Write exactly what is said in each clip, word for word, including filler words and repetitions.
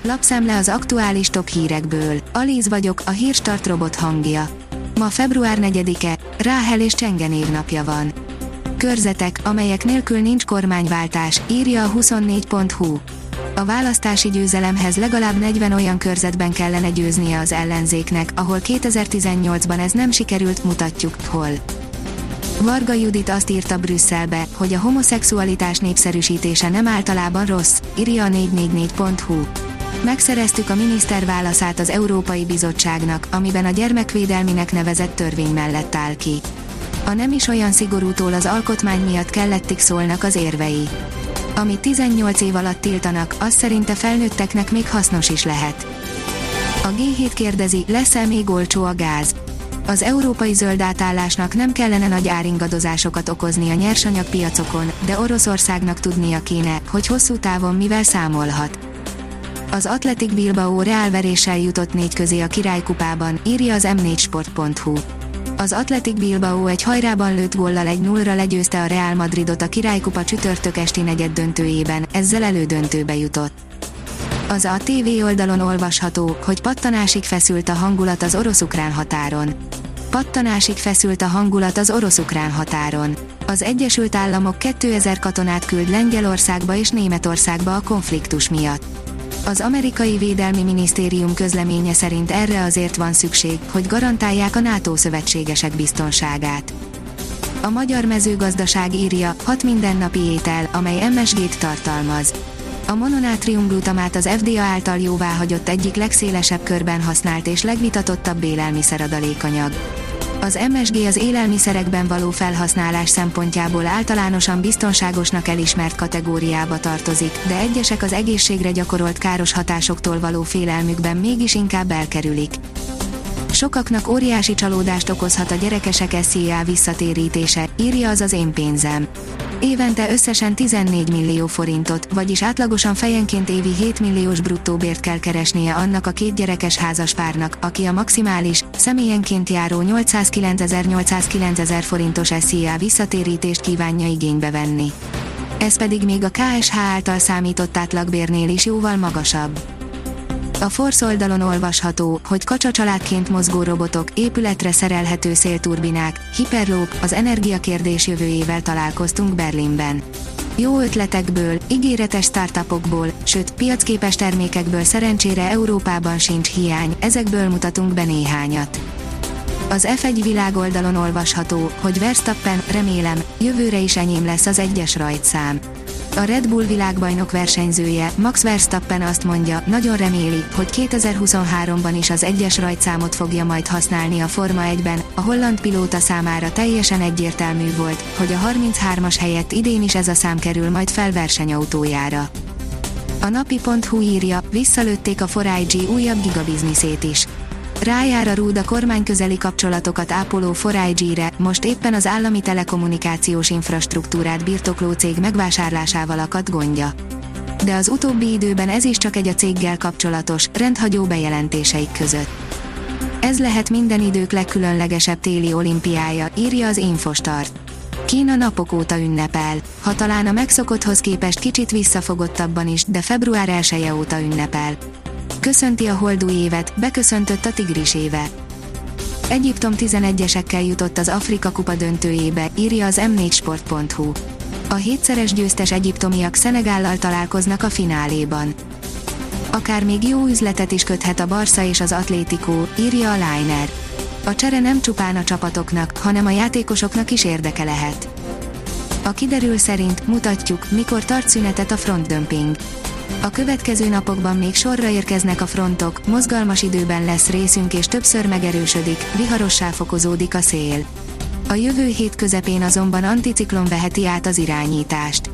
Lapszemle az aktuális top hírekből. Alíz vagyok, a Hírstart robot hangja. Ma február negyedike, Ráhel és Csenge névnapja van. Körzetek, amelyek nélkül nincs kormányváltás, írja a huszonnégy pont hu. A választási győzelemhez legalább negyven olyan körzetben kellene győznie az ellenzéknek, ahol kétezer-tizennyolcban ez nem sikerült, mutatjuk, hol. Varga Judit azt írta Brüsszelbe, hogy a homoszexualitás népszerűsítése nem általában rossz, írja a négy négy négy pont hu. Megszereztük a miniszter válaszát az Európai Bizottságnak, amiben a gyermekvédelminek nevezett törvény mellett áll ki. A nem is olyan szigorútól az alkotmány miatt kellettig szólnak az érvei. Amit tizennyolc év alatt tiltanak, az szerinte felnőtteknek még hasznos is lehet. A gé hét kérdezi, lesz-e még olcsó a gáz? Az európai zöld átállásnak nem kellene nagy áringadozásokat okozni a nyersanyagpiacokon, de Oroszországnak tudnia kéne, hogy hosszú távon mivel számolhat. Az Athletic Bilbao reálveréssel jutott négy közé a királykupában, írja az em négy sport pont hu. Az Athletic Bilbao egy hajrában lőtt góllal egy nullra legyőzte a Real Madridot a királykupa csütörtök esti negyeddöntőjében, ezzel elődöntőbe jutott. Az á té vé oldalon olvasható, hogy pattanásig feszült a hangulat az orosz-ukrán határon. Pattanásig feszült a hangulat az orosz-ukrán határon. Az Egyesült Államok kétezer katonát küld Lengyelországba és Németországba a konfliktus miatt. Az amerikai védelmi minisztérium közleménye szerint erre azért van szükség, hogy garantálják a NATO szövetségesek biztonságát. A magyar mezőgazdaság írja, hat mindennapi étel, amely em es gét tartalmaz. A mononátriumglutamát az ef dé á által jóváhagyott egyik legszélesebb körben használt és legvitatottabb élelmiszeradalékanyag. Az em es gé az élelmiszerekben való felhasználás szempontjából általánosan biztonságosnak elismert kategóriába tartozik, de egyesek az egészségre gyakorolt káros hatásoktól való félelmükben mégis inkább elkerülik. Sokaknak óriási csalódást okozhat a gyerekesek es zé á visszatérítése, írja az az Én pénzem. Évente összesen tizennégy millió forintot, vagyis átlagosan fejenként évi hét milliós bruttó bért kell keresnie annak a két gyerekes házaspárnak, aki a maximális, személyenként járó nyolcszázkilencezer-nyolcszázkilencezer forintos es zé á visszatérítést kívánja igénybe venni. Ez pedig még a ká es há által számított átlagbérnél is jóval magasabb. A Force oldalon olvasható, hogy kacsacsaládként mozgó robotok, épületre szerelhető szélturbinák, Hyperloop, az energiakérdés jövőjével találkoztunk Berlinben. Jó ötletekből, ígéretes startupokból, sőt, piacképes termékekből szerencsére Európában sincs hiány, ezekből mutatunk be néhányat. Az ef egy világoldalon olvasható, hogy Verstappen, remélem, jövőre is enyém lesz az egyes rajtszám. A Red Bull világbajnok versenyzője, Max Verstappen azt mondja, nagyon reméli, hogy kétezer-huszonháromban is az egyes rajtszámot fogja majd használni a Forma egyben, a holland pilóta számára teljesen egyértelmű volt, hogy a harminchármas helyett idén is ez a szám kerül majd fel versenyautójára. A napi pont hu írja, visszalőtték a négy gé újabb gigabizniszét is. Rájár a rúd a kormányközeli kapcsolatokat ápoló négy gére, most éppen az állami telekommunikációs infrastruktúrát birtokló cég megvásárlásával akadt gondja. De az utóbbi időben ez is csak egy a céggel kapcsolatos, rendhagyó bejelentéseik között. Ez lehet minden idők legkülönlegesebb téli olimpiája, írja az Infostart. Kína napok óta ünnepel, ha talán a megszokotthoz képest kicsit visszafogottabban is, de február elseje óta ünnepel. Köszönti a holdúj évet, beköszöntött a tigris éve. Egyiptom tizenegyesekkel jutott az Afrika kupa döntőjébe, írja az em négy sport pont hu. A hétszeres győztes egyiptomiak Szenegállal találkoznak a fináléban. Akár még jó üzletet is köthet a Barca és az Atlético, írja a Liner. A csere nem csupán a csapatoknak, hanem a játékosoknak is érdeke lehet. A kiderül szerint mutatjuk, mikor tart szünetet a frontdömping. A következő napokban még sorra érkeznek a frontok, mozgalmas időben lesz részünk és többször megerősödik, viharossá fokozódik a szél. A jövő hét közepén azonban anticiklon veheti át az irányítást.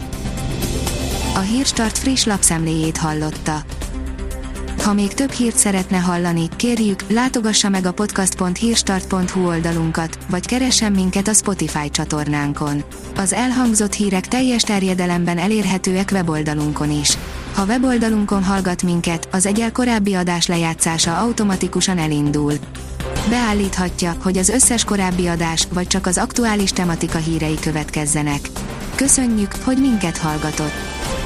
A Hírstart friss lapszemléjét hallotta. Ha még több hírt szeretne hallani, kérjük, látogassa meg a podcast pont hírstart pont hu oldalunkat, vagy keressen minket a Spotify csatornánkon. Az elhangzott hírek teljes terjedelemben elérhetőek weboldalunkon is. Ha weboldalunkon hallgat minket, az egyel korábbi adás lejátszása automatikusan elindul. Beállíthatja, hogy az összes korábbi adás, vagy csak az aktuális tematika hírei következzenek. Köszönjük, hogy minket hallgatott!